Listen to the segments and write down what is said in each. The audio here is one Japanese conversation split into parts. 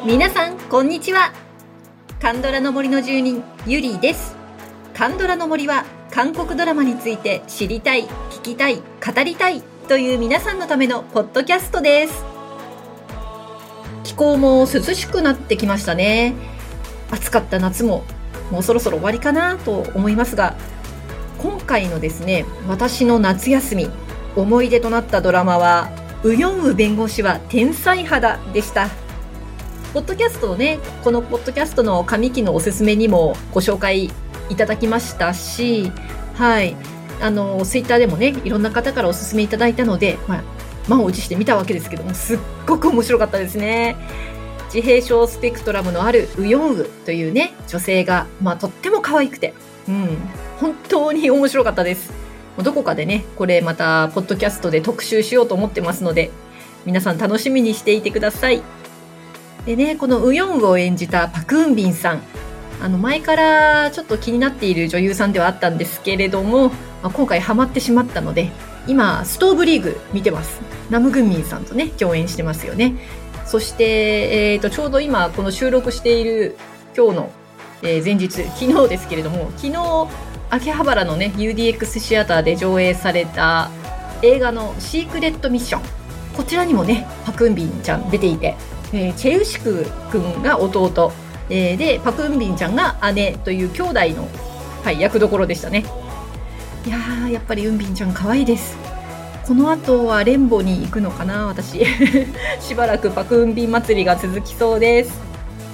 皆さんこんにちは。カンドラの森の住人ゆりです。カンドラの森は韓国ドラマについて知りたい、聞きたい、語りたいという皆さんのためのポッドキャストです。気候も涼しくなってきましたね。暑かった夏ももうそろそろ終わりかなと思いますが、今回のですね、私の夏休み思い出となったドラマはウヨンウ弁護士は天才肌でした。ポッドキャストをね、このポッドキャストの上期のおすすめにもご紹介いただきましたし、はい、ツイッターでもね、いろんな方からおすすめいただいたので、満を持して見たわけですけども、すっごく面白かったですね。自閉症スペクトラムのあるウヨンウというね、女性が、とっても可愛くて、本当に面白かったです。どこかでね、これまたポッドキャストで特集しようと思ってますので、皆さん楽しみにしていてください。でね、このウヨンウを演じたパクンビンさん、前からちょっと気になっている女優さんではあったんですけれども、今回ハマってしまったので、今ストーブリーグ見てます。ナムグンミンさんとね、共演してますよね。そして、ちょうど今この収録している今日の、前日、昨日ですけれども、昨日秋葉原のね UDX シアターで上映された映画のシークレットミッション、こちらにもねパクンビンちゃん出ていて、チェウシク君が弟、でパクンビンちゃんが姉という兄弟の、役どころでしたね。いやー、やっぱりウンビンちゃん可愛いです。この後はレンボに行くのかな、私しばらくパクンビン祭りが続きそうです。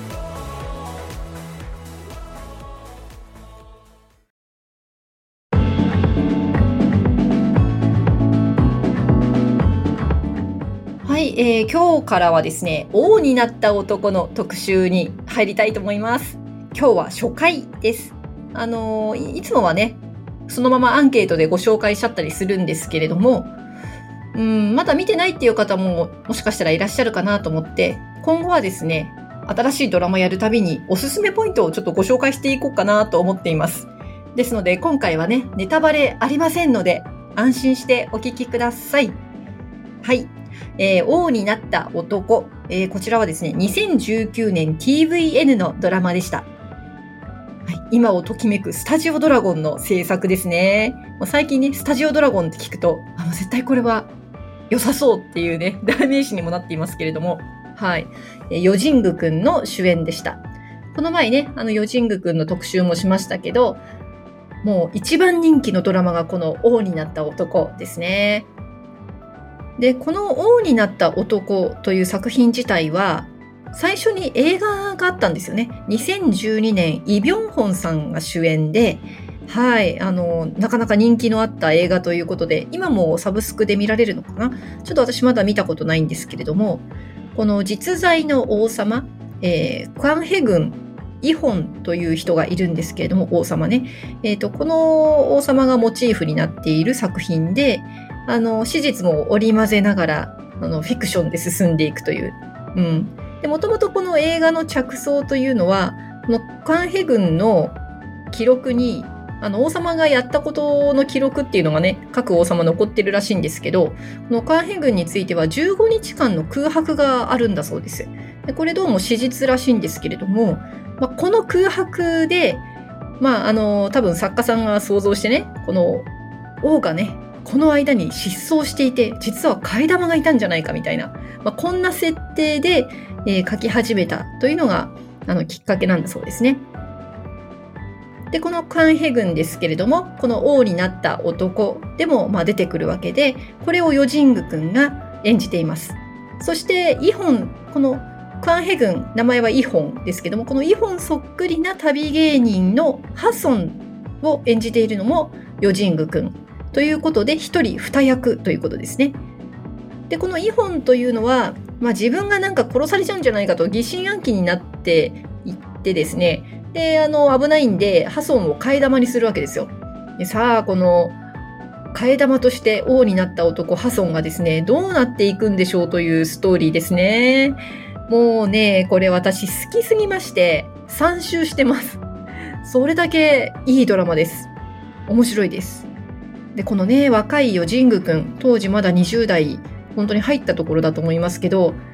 今日からはですね、王になった男の特集に入りたいと思います。今日は初回です。いつもはね、そのままアンケートでご紹介しちゃったりするんですけれども、まだ見てないっていう方ももしかしたらいらっしゃるかなと思って、今後はですね、新しいドラマやるたびにおすすめポイントをちょっとご紹介していこうかなと思っています。ですので今回はね、ネタバレありませんので安心してお聞きください。はい。王になった男、こちらはですね、2019年 TVN のドラマでした。今をときめくスタジオドラゴンの制作ですね。もう最近ね、スタジオドラゴンって聞くと、絶対これは良さそうっていうね、代名詞にもなっていますけれども、ヨジングくんの主演でした。この前ね、ヨジングくんの特集もしましたけど、もう一番人気のドラマがこの王になった男ですね。で、この王になった男という作品自体は、最初に映画があったんですよね。2012年、イ・ビョンホンさんが主演で、なかなか人気のあった映画ということで、今もサブスクで見られるのかな？ちょっと私まだ見たことないんですけれども、この実在の王様、クァンヘ軍イホンという人がいるんですけれども、王様ね。この王様がモチーフになっている作品で、史実も織り交ぜながらフィクションで進んでいくという。で、もともとこの映画の着想というのは、このクァンヘ軍の記録に王様がやったことの記録っていうのがね、各王様残ってるらしいんですけど、このクァンヘ軍については15日間の空白があるんだそうです。で、これどうも史実らしいんですけれども、この空白で、多分作家さんが想像してね、この王がね、この間に失踪していて、実は替え玉がいたんじゃないかみたいな、こんな設定で、書き始めたというのがきっかけなんだそうですね。で、このクァンヘ軍ですけれども、この王になった男でも出てくるわけで、これをヨジング君が演じています。そしてイホン、このクァンヘ軍、名前はイホンですけども、このイホンそっくりな旅芸人のハソンを演じているのもヨジング君ということで、一人二役ということですね。で、このイホンというのは、自分がなんか殺されちゃうんじゃないかと疑心暗鬼になっていってですね、で、危ないんでハソンを替え玉にするわけですよ。で、さあ、この替え玉として王になった男ハソンがですね、どうなっていくんでしょうというストーリーですね。もうね、これ私好きすぎまして3周してます。それだけいいドラマです。面白いです。で、このね、若いヨジング君、当時まだ20代本当に入ったところだと思いますけど、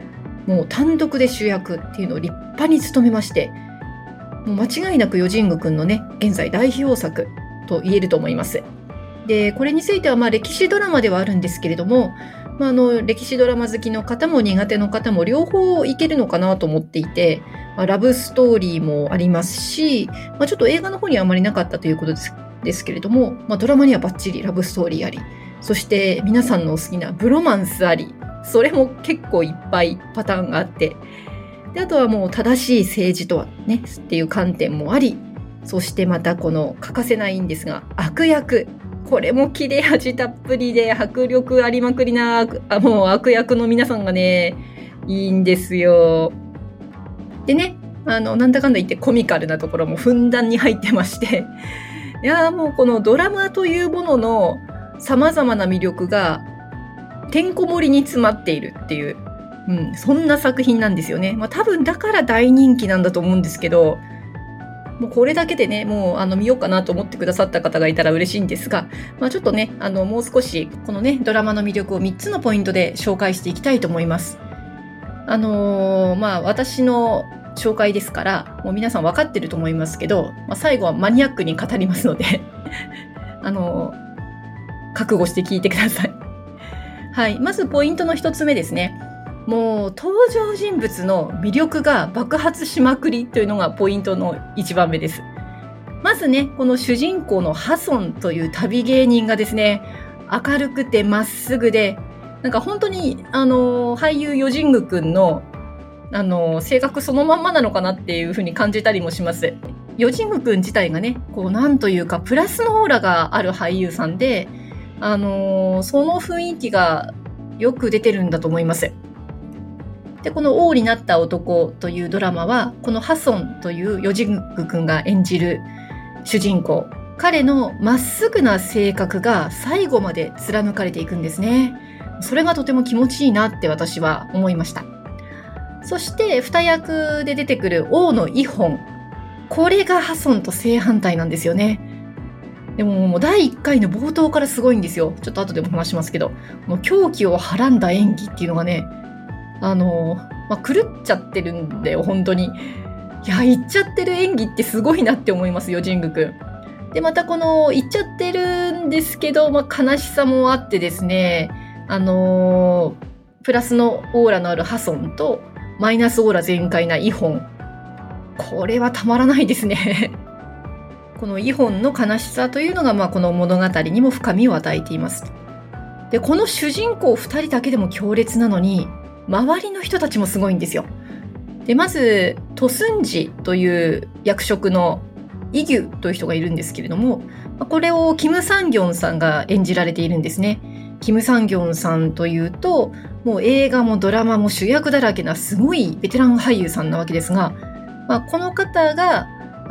もう単独で主役っていうのを立派に務めまして、もう間違いなく余神宮くんのね、現在代表作と言えると思います。で、これについては歴史ドラマではあるんですけれども、歴史ドラマ好きの方も苦手の方も両方いけるのかなと思っていて、ラブストーリーもありますし、ちょっと映画の方にはあまりなかったということですけれども、ドラマにはバッチリラブストーリーあり、そして皆さんのお好きなブロマンスあり、それも結構いっぱいパターンがあって、であとはもう正しい政治とはねっていう観点もあり、そしてまたこの欠かせないんですが、悪役、これも切れ味たっぷりで迫力ありまくりなもう悪役の皆さんがねいいんですよ。でね、なんだかんだ言ってコミカルなところもふんだんに入ってまして、いやもうこのドラマというものの様々な魅力がてんこ盛りに詰まっているっていう、そんな作品なんですよね。多分だから大人気なんだと思うんですけど、もうこれだけでね、もう見ようかなと思ってくださった方がいたら嬉しいんですが、ちょっとね、もう少しこのね、ドラマの魅力を3つのポイントで紹介していきたいと思います。私の紹介ですから、もう皆さん分かってると思いますけど、最後はマニアックに語りますので、覚悟して聞いてください。はい。まずポイントの1つ目ですね。もう登場人物の魅力が爆発しまくりというのがポイントの1番目です。まずね、この主人公のハソンという旅芸人がですね、明るくてまっすぐで、なんか本当に俳優余神宮くんの性格そのまんまなのかなっていう風に感じたりもします。余神宮くん自体がね、こうなんというかプラスのオーラがある俳優さんで、その雰囲気がよく出てるんだと思います。で、この王になった男というドラマは、このハソンという余神宮くんが演じる主人公、彼のまっすぐな性格が最後まで貫かれていくんですね。それがとても気持ちいいなって私は思いました。そして二役で出てくる王のイホン、これがハソンと正反対なんですよね。でも第1回の冒頭からすごいんですよ。ちょっと後でも話しますけど、もう狂気をはらんだ演技っていうのがね、狂っちゃってるんだよ、本当に。いや、言っちゃってる演技ってすごいなって思います、余神宮くん。で、またこの、言っちゃってるんですけど、悲しさもあってですね、プラスのオーラのあるハソンと、マイナスオーラ全開なイホン。これはたまらないですね。このイホンの悲しさというのが、この物語にも深みを与えています。で、この主人公2人だけでも強烈なのに、周りの人たちもすごいんですよ。で、まず、トスンジという役職のイギュという人がいるんですけれども、これをキム・サンギョンさんが演じられているんですね。キム・サンギョンさんというと、もう映画もドラマも主役だらけなすごいベテラン俳優さんなわけですが、この方が、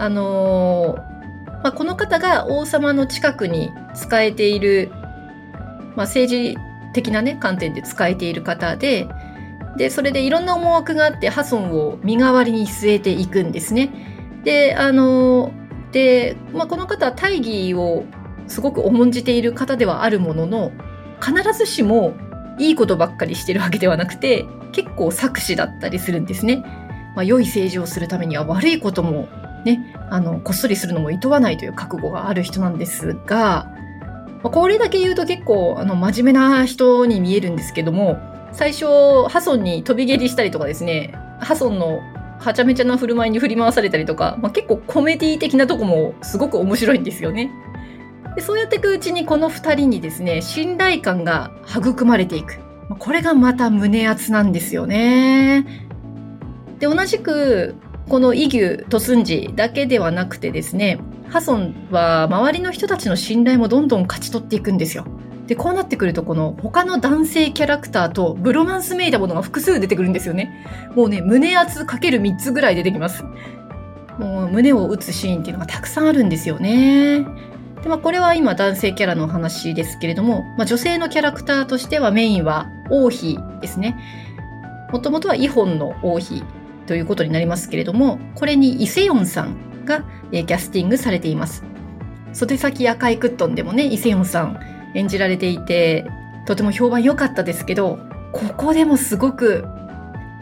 この方が王様の近くに仕えている、政治的なね、観点で仕えている方で、それでいろんな思惑があってハソンを身代わりに据えていくんですね。で、この方は大義をすごく重んじている方ではあるものの、必ずしもいいことばっかりしてるわけではなくて、結構策士だったりするんですね。良い政治をするためには悪いこともね、こっそりするのも厭わないという覚悟がある人なんですが、これだけ言うと結構真面目な人に見えるんですけども、最初ハソンに飛び蹴りしたりとかですね、ハソンのはちゃめちゃな振る舞いに振り回されたりとか、結構コメディ的なとこもすごく面白いんですよね。で、そうやっていくうちにこの2人にですね、信頼感が育まれていく。これがまた胸熱なんですよね。で、同じくこのイギュ、トスンジだけではなくてですね、ハソンは周りの人たちの信頼もどんどん勝ち取っていくんですよ。で、こうなってくるとこの他の男性キャラクターとブロマンスめいたものが複数出てくるんですよね。もうね、胸圧かける3つぐらい出てきます。もう胸を打つシーンっていうのがたくさんあるんですよね。で、これは今男性キャラの話ですけれども、女性のキャラクターとしてはメインは王妃ですね。もともとはイホンの王妃ということになりますけれども、これにイセヨンさんがキャスティングされています。袖先赤いクットンでもね、イセヨンさん演じられていて、とても評判良かったですけど、ここでもすごく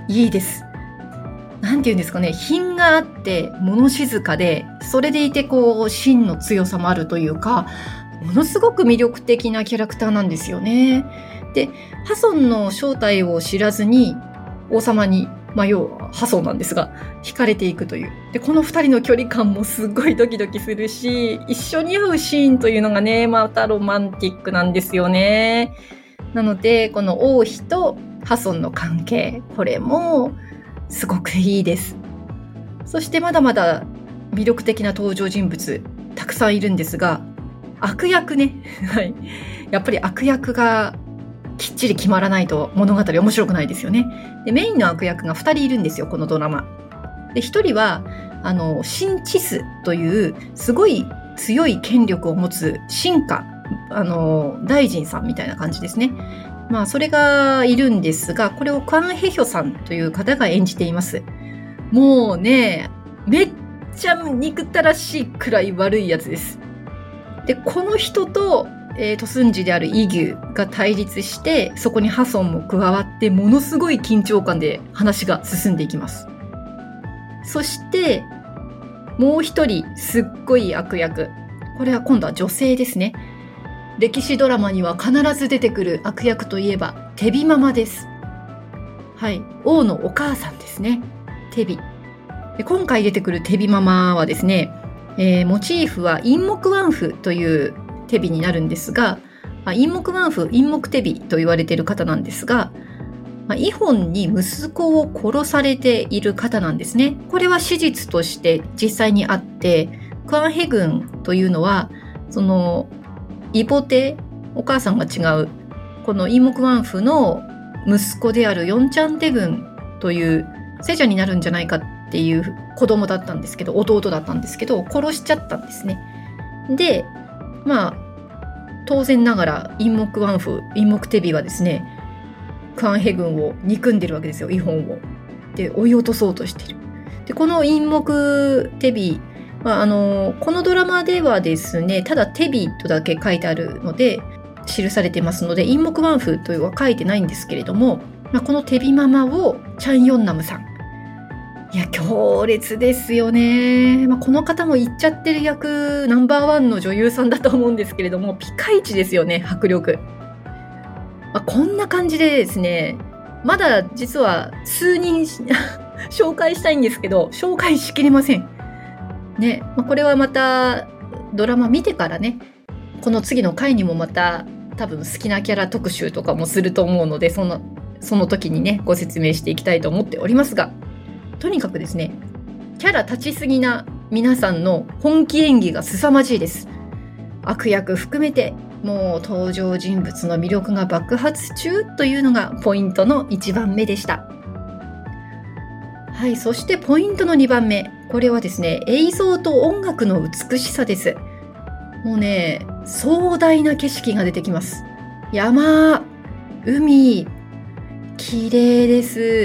いいです。なんて言うんですかね、品があって物静かで、それでいて芯の強さもあるというか、ものすごく魅力的なキャラクターなんですよね。で、ハソンの正体を知らずに王様に、要はハソンなんですが、惹かれていくという。で、この二人の距離感もすごいドキドキするし、一緒に会うシーンというのがね、またロマンティックなんですよね。なので、この王妃とハソンの関係、これもすごくいいです。そしてまだまだ魅力的な登場人物たくさんいるんですが、悪役ね、はい、やっぱり悪役がきっちり決まらないと物語面白くないですよね。で、メインの悪役が2人いるんですよ、このドラマで。1人はシン・チスというすごい強い権力を持つ臣下大臣さんみたいな感じですね。それがいるんですが、これをクァン・ヘヒョさんという方が演じています。もうね、めっちゃ憎たらしいくらい悪いやつです。で、この人と、トスンジであるイギュが対立して、そこにハソンも加わって、ものすごい緊張感で話が進んでいきます。そして、もう一人、すっごい悪役。これは今度は女性ですね。歴史ドラマには必ず出てくる悪役といえば、テビママです。はい。王のお母さんですね。テビ。で、今回出てくるテビママはですね、モチーフは陰木ワンフというテビになるんですが、陰木ワンフ、陰木テビと言われている方なんですが、イホンに息子を殺されている方なんですね。これは史実として実際にあって、クアンヘ軍というのは、その異母弟、お母さんが違う、この陰木ワンフの息子であるヨンチャンテ軍という聖者になるんじゃないかっていう子供だったんですけど、弟だったんですけど、殺しちゃったんですね。で、当然ながら陰木ワンフ、陰木テビはですね、クアンヘ軍を憎んでるわけですよ、イホンを。で、追い落とそうとしてる。で、この陰木テビ、このドラマではですね、ただテビとだけ書いてあるので、記されてますので、陰木ワンフというは書いてないんですけれども、このテビママをチャンヨンナムさん。いや、強烈ですよね。この方も言っちゃってる役ナンバーワンの女優さんだと思うんですけれども、ピカイチですよね、迫力。こんな感じでですね、まだ実は数人紹介したいんですけど、紹介しきれません。ね、これはまたドラマ見てからね、この次の回にもまた多分好きなキャラ特集とかもすると思うので、その時にね、ご説明していきたいと思っておりますが、とにかくですね、キャラ立ちすぎな皆さんの本気演技が凄まじいです。悪役含めて、もう登場人物の魅力が爆発中というのがポイントの1番目でした。はい、そしてポイントの2番目。これはですね、映像と音楽の美しさです。もうね、壮大な景色が出てきます。山、海、綺麗です。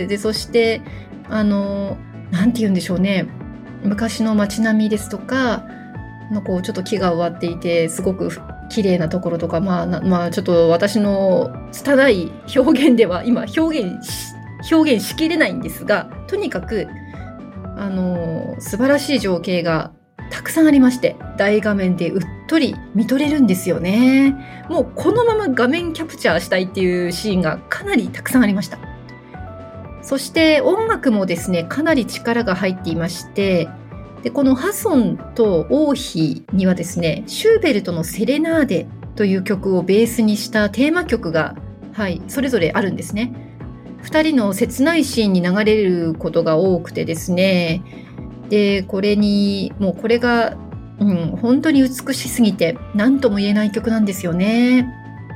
で、そして、なんて言うんでしょうね。昔の街並みですとか、ちょっと木が植わっていて、すごく綺麗なところとか、ちょっと私の拙い表現では今表現しきれないんですが、とにかく、素晴らしい情景がたくさんありまして、大画面でうっとり見とれるんですよね。もうこのまま画面キャプチャーしたいっていうシーンがかなりたくさんありました。そして音楽もですね、かなり力が入っていまして、で、このハソンと王妃にはですね、シューベルトのセレナーデという曲をベースにしたテーマ曲が、それぞれあるんですね。2人の切ないシーンに流れることが多くてですね、で、これが、本当に美しすぎて何とも言えない曲なんですよね。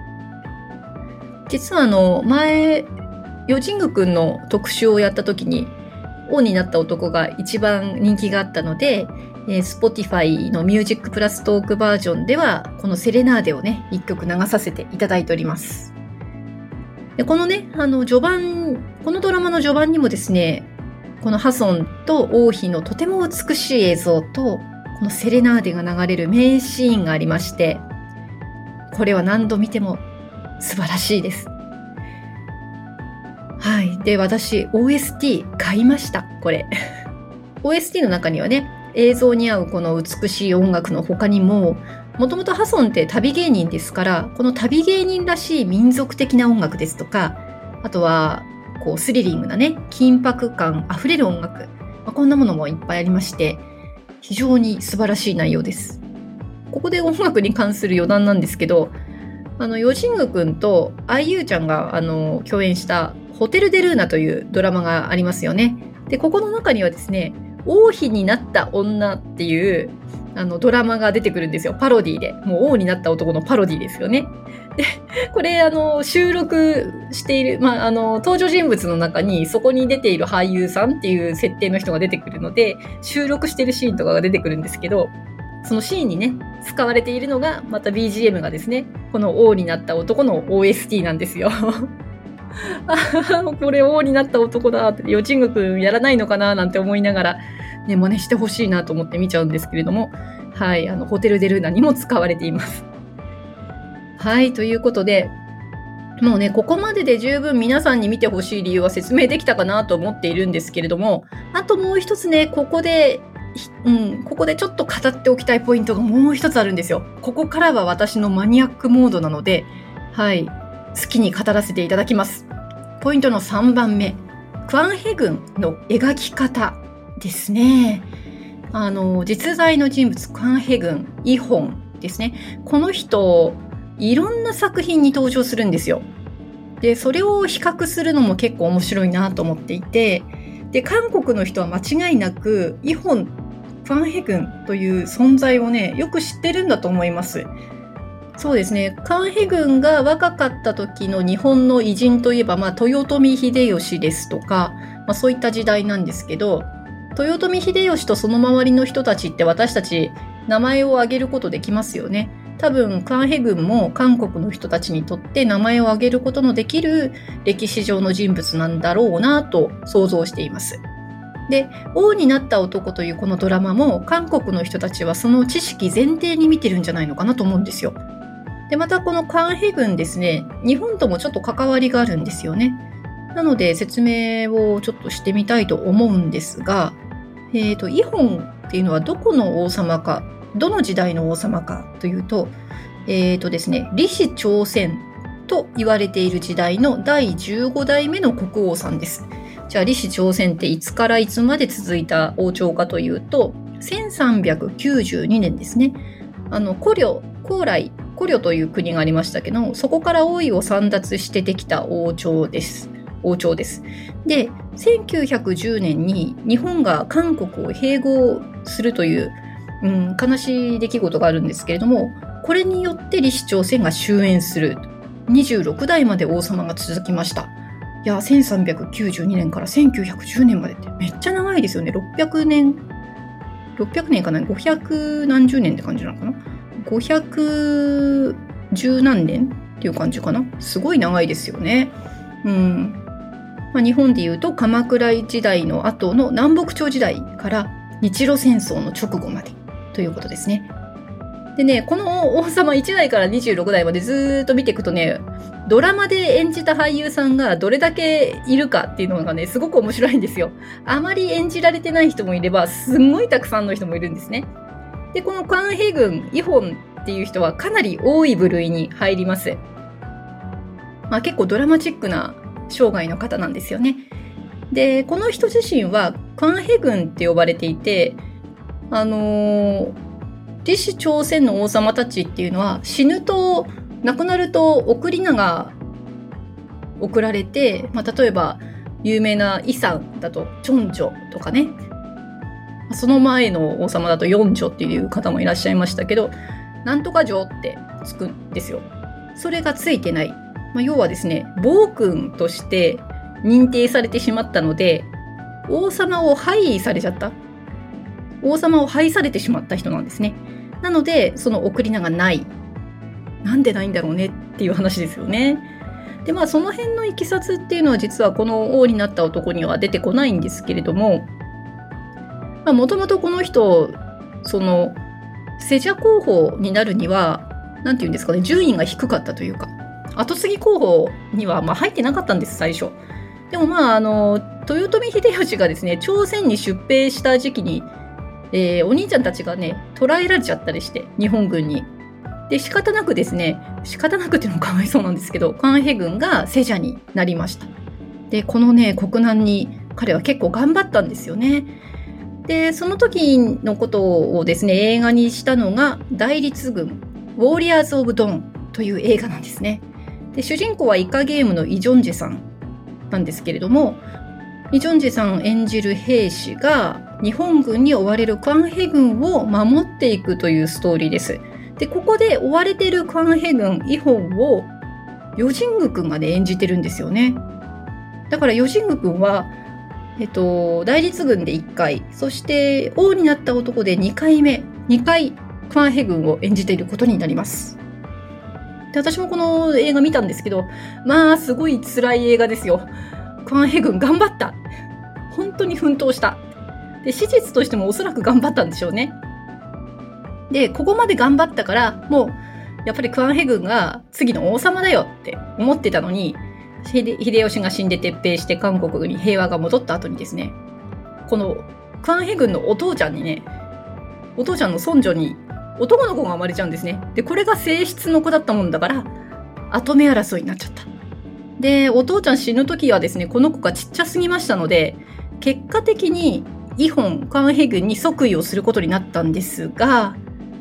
実は前、ヨジングくんの特集をやった時に、王になった男が一番人気があったので、Spotify のミュージックプラストークバージョンでは、このセレナーデをね、一曲流させていただいております。で、このね、このドラマの序盤にもですね、このハソンと王妃のとても美しい映像と、このセレナーデが流れる名シーンがありまして、これは何度見ても素晴らしいです。 はい。で、私、OST 買いました。これ。OST の中にはね、映像に合うこの美しい音楽の他にも、もともとハソンって旅芸人ですから、この旅芸人らしい民族的な音楽ですとか、あとは、こうスリリングなね、緊迫感あふれる音楽、こんなものもいっぱいありまして、非常に素晴らしい内容です。ここで音楽に関する余談なんですけど、ヨジング君とIUちゃんが共演したホテル・デ・ルーナというドラマがありますよね。で、ここの中にはですね、王妃になった女っていうドラマが出てくるんですよ。パロディで。もう王になった男のパロディですよね。で、これ収録している、登場人物の中にそこに出ている俳優さんっていう設定の人が出てくるので、収録しているシーンとかが出てくるんですけど、そのシーンにね、使われているのが、また BGM がですね、この王になった男の OST なんですよ。これ王になった男だって、ヨチングくんやらないのかななんて思いながら、ね、真似してほしいなと思って見ちゃうんですけれども、はい、ホテル・デ・ルーナにも使われています。はい、ということで、もうね、ここまでで十分皆さんに見てほしい理由は説明できたかなと思っているんですけれども、あともう一つね、ここでちょっと語っておきたいポイントがもう一つあるんですよ。ここからは私のマニアックモードなので、はい、好きに語らせていただきます。ポイントの3番目、クァンヘ軍の描き方ですね。実在の人物、クァンヘ軍、イホンですね。この人、いろんな作品に登場するんですよ。で、それを比較するのも結構面白いなと思っていて、で、韓国の人は間違いなく、イホン、クァンヘ軍という存在をね、よく知ってるんだと思います。そうですね。クァンヘ軍が若かった時の日本の偉人といえば、豊臣秀吉ですとか、そういった時代なんですけど、豊臣秀吉とその周りの人たちって私たち名前を挙げることできますよね。多分、クァンヘ軍も韓国の人たちにとって名前を挙げることのできる歴史上の人物なんだろうなと想像しています。で、王になった男というこのドラマも韓国の人たちはその知識前提に見てるんじゃないのかなと思うんですよ。で、またこのクァンヘ軍ですね、日本ともちょっと関わりがあるんですよね。なので説明をちょっとしてみたいと思うんですが、イホンっていうのはどこの王様か、どの時代の王様かというと、ですね、李氏朝鮮と言われている時代の第15代目の国王さんです。じゃあ李氏朝鮮っていつからいつまで続いた王朝かというと、1392年ですね。高麗という国がありましたけど、そこから王位を簒奪してできた王朝です。で、1910年に日本が韓国を併合するという、悲しい出来事があるんですけれども、これによって李氏朝鮮が終焉する。26代まで王様が続きました。いや、1392年から1910年までってめっちゃ長いですよね。600年かな ?500 何十年って感じなのかな ?510 何年っていう感じかな。すごい長いですよね。日本でいうと鎌倉時代の後の南北朝時代から日露戦争の直後までということですね。でね、この王様1代から26代までずっと見ていくとね、ドラマで演じた俳優さんがどれだけいるかっていうのがね、すごく面白いんですよ。あまり演じられてない人もいれば、すんごいたくさんの人もいるんですね。で、このクァンヘ軍、イホンっていう人はかなり多い部類に入ります。結構ドラマチックな生涯の方なんですよね。で、この人自身はクァンヘ軍って呼ばれていて、李氏朝鮮の王様たちっていうのは亡くなると送り名が送られて、例えば有名なイさんだとチョンジョとかね、その前の王様だとヨンジョっていう方もいらっしゃいましたけど、なんとかジョってつくんですよ。それがついてない。要はですね、暴君として認定されてしまったので、王様を廃されちゃった。王様を廃されてしまった人なんですね。なので、その送り名がない。なんでないんだろうねっていう話ですよね。で、その辺のいきさつっていうのは実はこの王になった男には出てこないんですけれども、もともとこの人、セジャ候補になるには、なんていうんですかね、順位が低かったというか、後継ぎ候補には入ってなかったんです、最初。 でも豊臣秀吉がですね、朝鮮に出兵した時期に、お兄ちゃんたちがね、捕らえられちゃったりして、日本軍に。で、仕方なくっていうのもかわいそうなんですけど、関ヘ軍がセジャになりました。で、このね、国難に彼は結構頑張ったんですよね。で、その時のことをですね、映画にしたのが、大律軍、ウォーリアーズ・オブ・ドンという映画なんですね。で、主人公はイカゲームのイ・ジョンジェさんなんですけれども、イ・ジョンジェさん演じる兵士が日本軍に追われる関ヘ軍を守っていくというストーリーです。で、ここで追われている関ヘ軍、イホンをヨジング君がね、演じてるんですよね。だからヨジング君は、大律軍で1回、そして王になった男で2回関ヘ軍を演じていることになります。で、私もこの映画見たんですけど、すごい辛い映画ですよ。関ヘ軍頑張った。本当に奮闘した。で、史実としてもおそらく頑張ったんでしょうね。で、ここまで頑張ったから、もう、やっぱり関ヘ軍が次の王様だよって思ってたのに、秀吉が死んで撤兵して韓国に平和が戻った後にですね、この関ヘ軍のお父ちゃんの孫女に男の子が生まれちゃうんですね。で、これが正室の子だったもんだから、跡目争いになっちゃった。で、お父ちゃん死ぬ時はですね、この子がちっちゃすぎましたので、結果的にイホン、関ヘ軍に即位をすることになったんですが、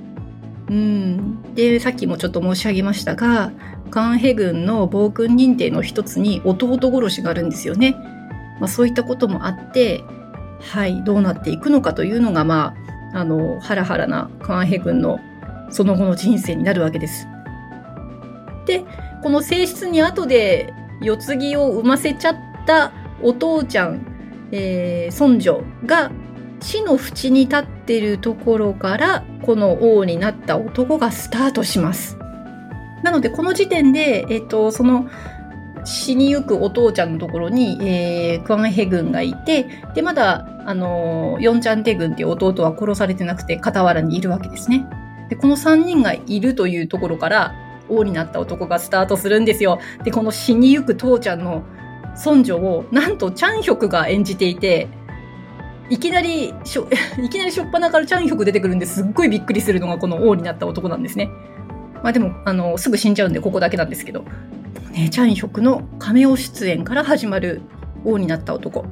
で、さっきもちょっと申し上げましたが、関ヘ軍の暴君認定の一つに弟殺しがあるんですよね。そういったこともあって、はい、どうなっていくのかというのが、ハラハラな関ヘ軍のその後の人生になるわけです。で、この正室に後で世継ぎを産ませちゃったお父ちゃん、孫女が死の淵に立っているところから、この王になった男がスタートします。なので、この時点で、その死にゆくお父ちゃんのところに、クアンヘ軍がいて、で、まだ、ヨンチャンテ軍っていう弟は殺されてなくて、傍らにいるわけですね。で、この3人がいるというところから、王になった男がスタートするんですよ。で、この死にゆく父ちゃんの孫女を、なんとチャンヒョクが演じていて、いきなりしょっぱなからチャンヒョク出てくるんですっごいびっくりするのがこの王になった男なんですね。でも、すぐ死んじゃうんでここだけなんですけど、ね、チャンヒョクのカメオ出演から始まる王になった男。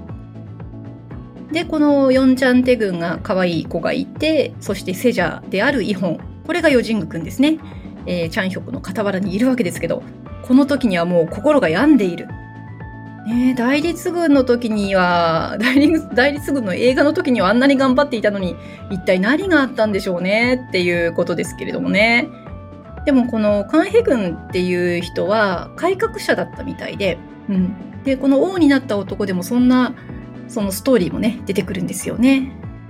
で、このヨンチャンテ軍が可愛い子がいて、そしてセジャであるイホン。これがヨジング君ですね。チャンヒョクの傍らにいるわけですけど、この時にはもう心が病んでいる。大律軍の時には、大律軍の映画の時にはあんなに頑張っていたのに、一体何があったんでしょうねっていうことですけれどもね。でもこの関ヘ軍っていう人は改革者だったみたいで、で、この王になった男でもそのストーリーもね、出てくるんですよね。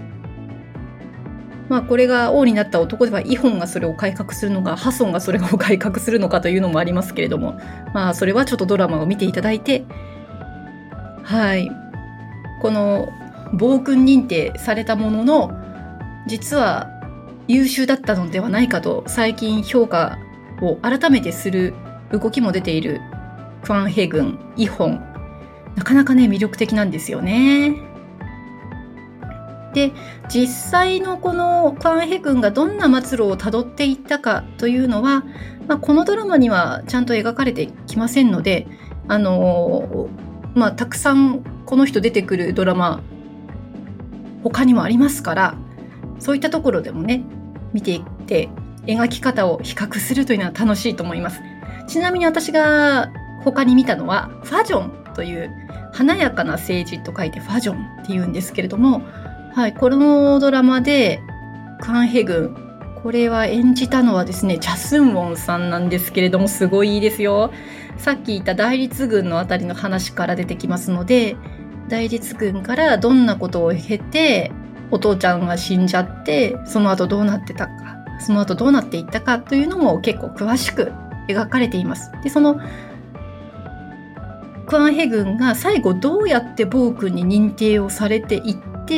これが王になった男では、イホンがそれを改革するのか、ハソンがそれを改革するのかというのもありますけれども、それはちょっとドラマを見ていただいて、はい。この暴君認定されたものの、実は優秀だったのではないかと最近評価を改めてする動きも出ているクアンヘ軍、イホン。なかなかね、魅力的なんですよね。で、実際のこのクアンヘ軍がどんな末路をたどっていったかというのは、このドラマにはちゃんと描かれてきませんので、たくさんこの人出てくるドラマ他にもありますから、そういったところでもね、見ていって描き方を比較するというのは楽しいと思います。ちなみに私が他に見たのはファジョンという、華やかな政治と書いてファジョンっていうんですけれども、はい、このドラマでクアンヘ軍、これは演じたのはですね、チャスンウォンさんなんですけれども、すごいいいですよ。さっき言った大律軍のあたりの話から出てきますので、大律軍からどんなことを経てお父ちゃんが死んじゃって、その後どうなっていったかというのも結構詳しく描かれています。で、そのクアンヘ軍が最後どうやって暴君に認定をされていって、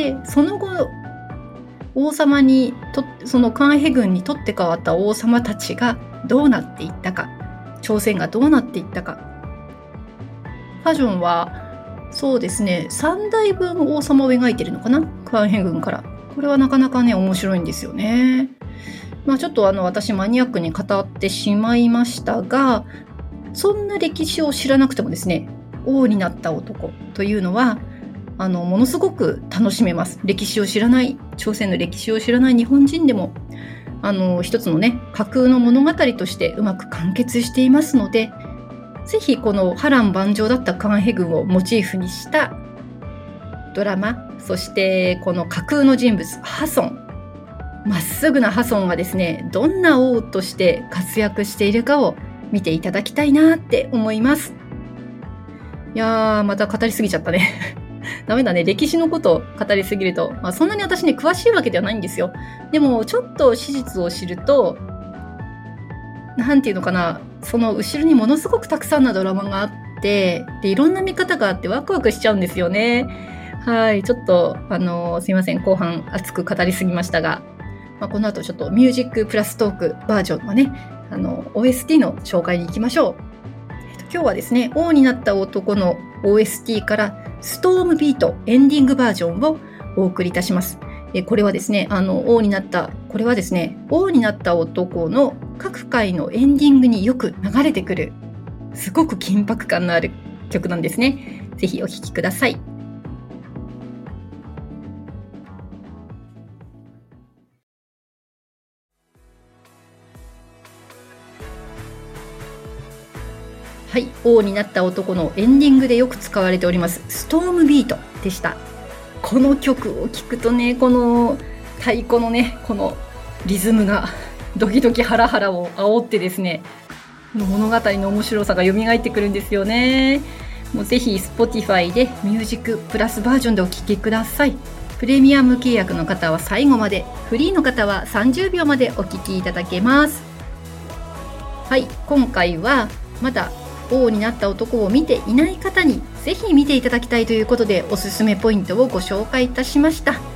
その後王様にそのクアンヘ軍に取って代わった王様たちがどうなっていったか、朝鮮がどうなっていったか。ファジョンはそうですね、3代分王様を描いてるのかな、クァンヘ軍から。これはなかなかね、面白いんですよね。ちょっと私マニアックに語ってしまいましたが、そんな歴史を知らなくてもですね、王になった男というのはものすごく楽しめます。歴史を知らない、朝鮮の歴史を知らない日本人でも一つのね、架空の物語としてうまく完結していますので、ぜひこの波乱万丈だったクァンヘ軍をモチーフにしたドラマ、そしてこの架空の人物ハソン、まっすぐなハソンがですね、どんな王として活躍しているかを見ていただきたいなって思います。いやー、また語りすぎちゃったねダメだね、歴史のことを語りすぎると、そんなに私ね、詳しいわけではないんですよ。でもちょっと史実を知ると、なんていうのかな、その後ろにものすごくたくさんのドラマがあって、でいろんな見方があってワクワクしちゃうんですよね。はい、ちょっとすいません、後半熱く語りすぎましたが、この後ちょっとミュージックプラストークバージョンのね、OST の紹介に行きましょう。今日はですね、王になった男の OST からストームビートエンディングバージョンをお送りいたします。これはですね、王になった男の各回のエンディングによく流れてくる、すごく緊迫感のある曲なんですね。ぜひお聴きください。はい、王になった男のエンディングでよく使われておりますストームビートでした。この曲を聴くとね、この太鼓のね、このリズムがドキドキハラハラを煽ってですね、物語の面白さが蘇ってくるんですよね。もうぜひ Spotify でミュージックプラスバージョンでお聴きください。プレミアム契約の方は最後まで、フリーの方は30秒までお聴きいただけます。はい、今回はまだ王になった男を見ていない方にぜひ見ていただきたいということで、おすすめポイントをご紹介いたしました。はい、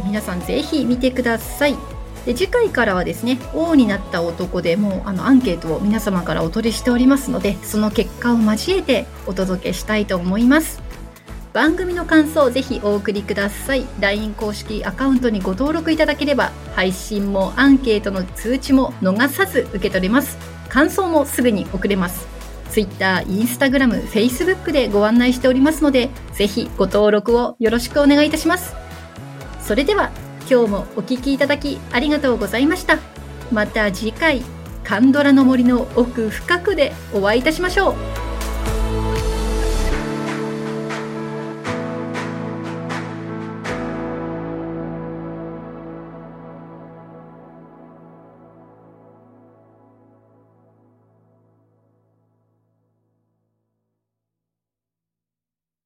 皆さんぜひ見てください。で、次回からはですね、王になった男でもうアンケートを皆様からお取りしておりますので、その結果を交えてお届けしたいと思います。番組の感想をぜひお送りください。 LINE 公式アカウントにご登録いただければ、配信もアンケートの通知も逃さず受け取れます。感想もすぐに送れます。Twitter、Instagram、Facebook でご案内しておりますので、ぜひご登録をよろしくお願いいたします。それでは今日もお聞きいただきありがとうございました。また次回、カンドラの森の奥深くでお会いいたしましょう。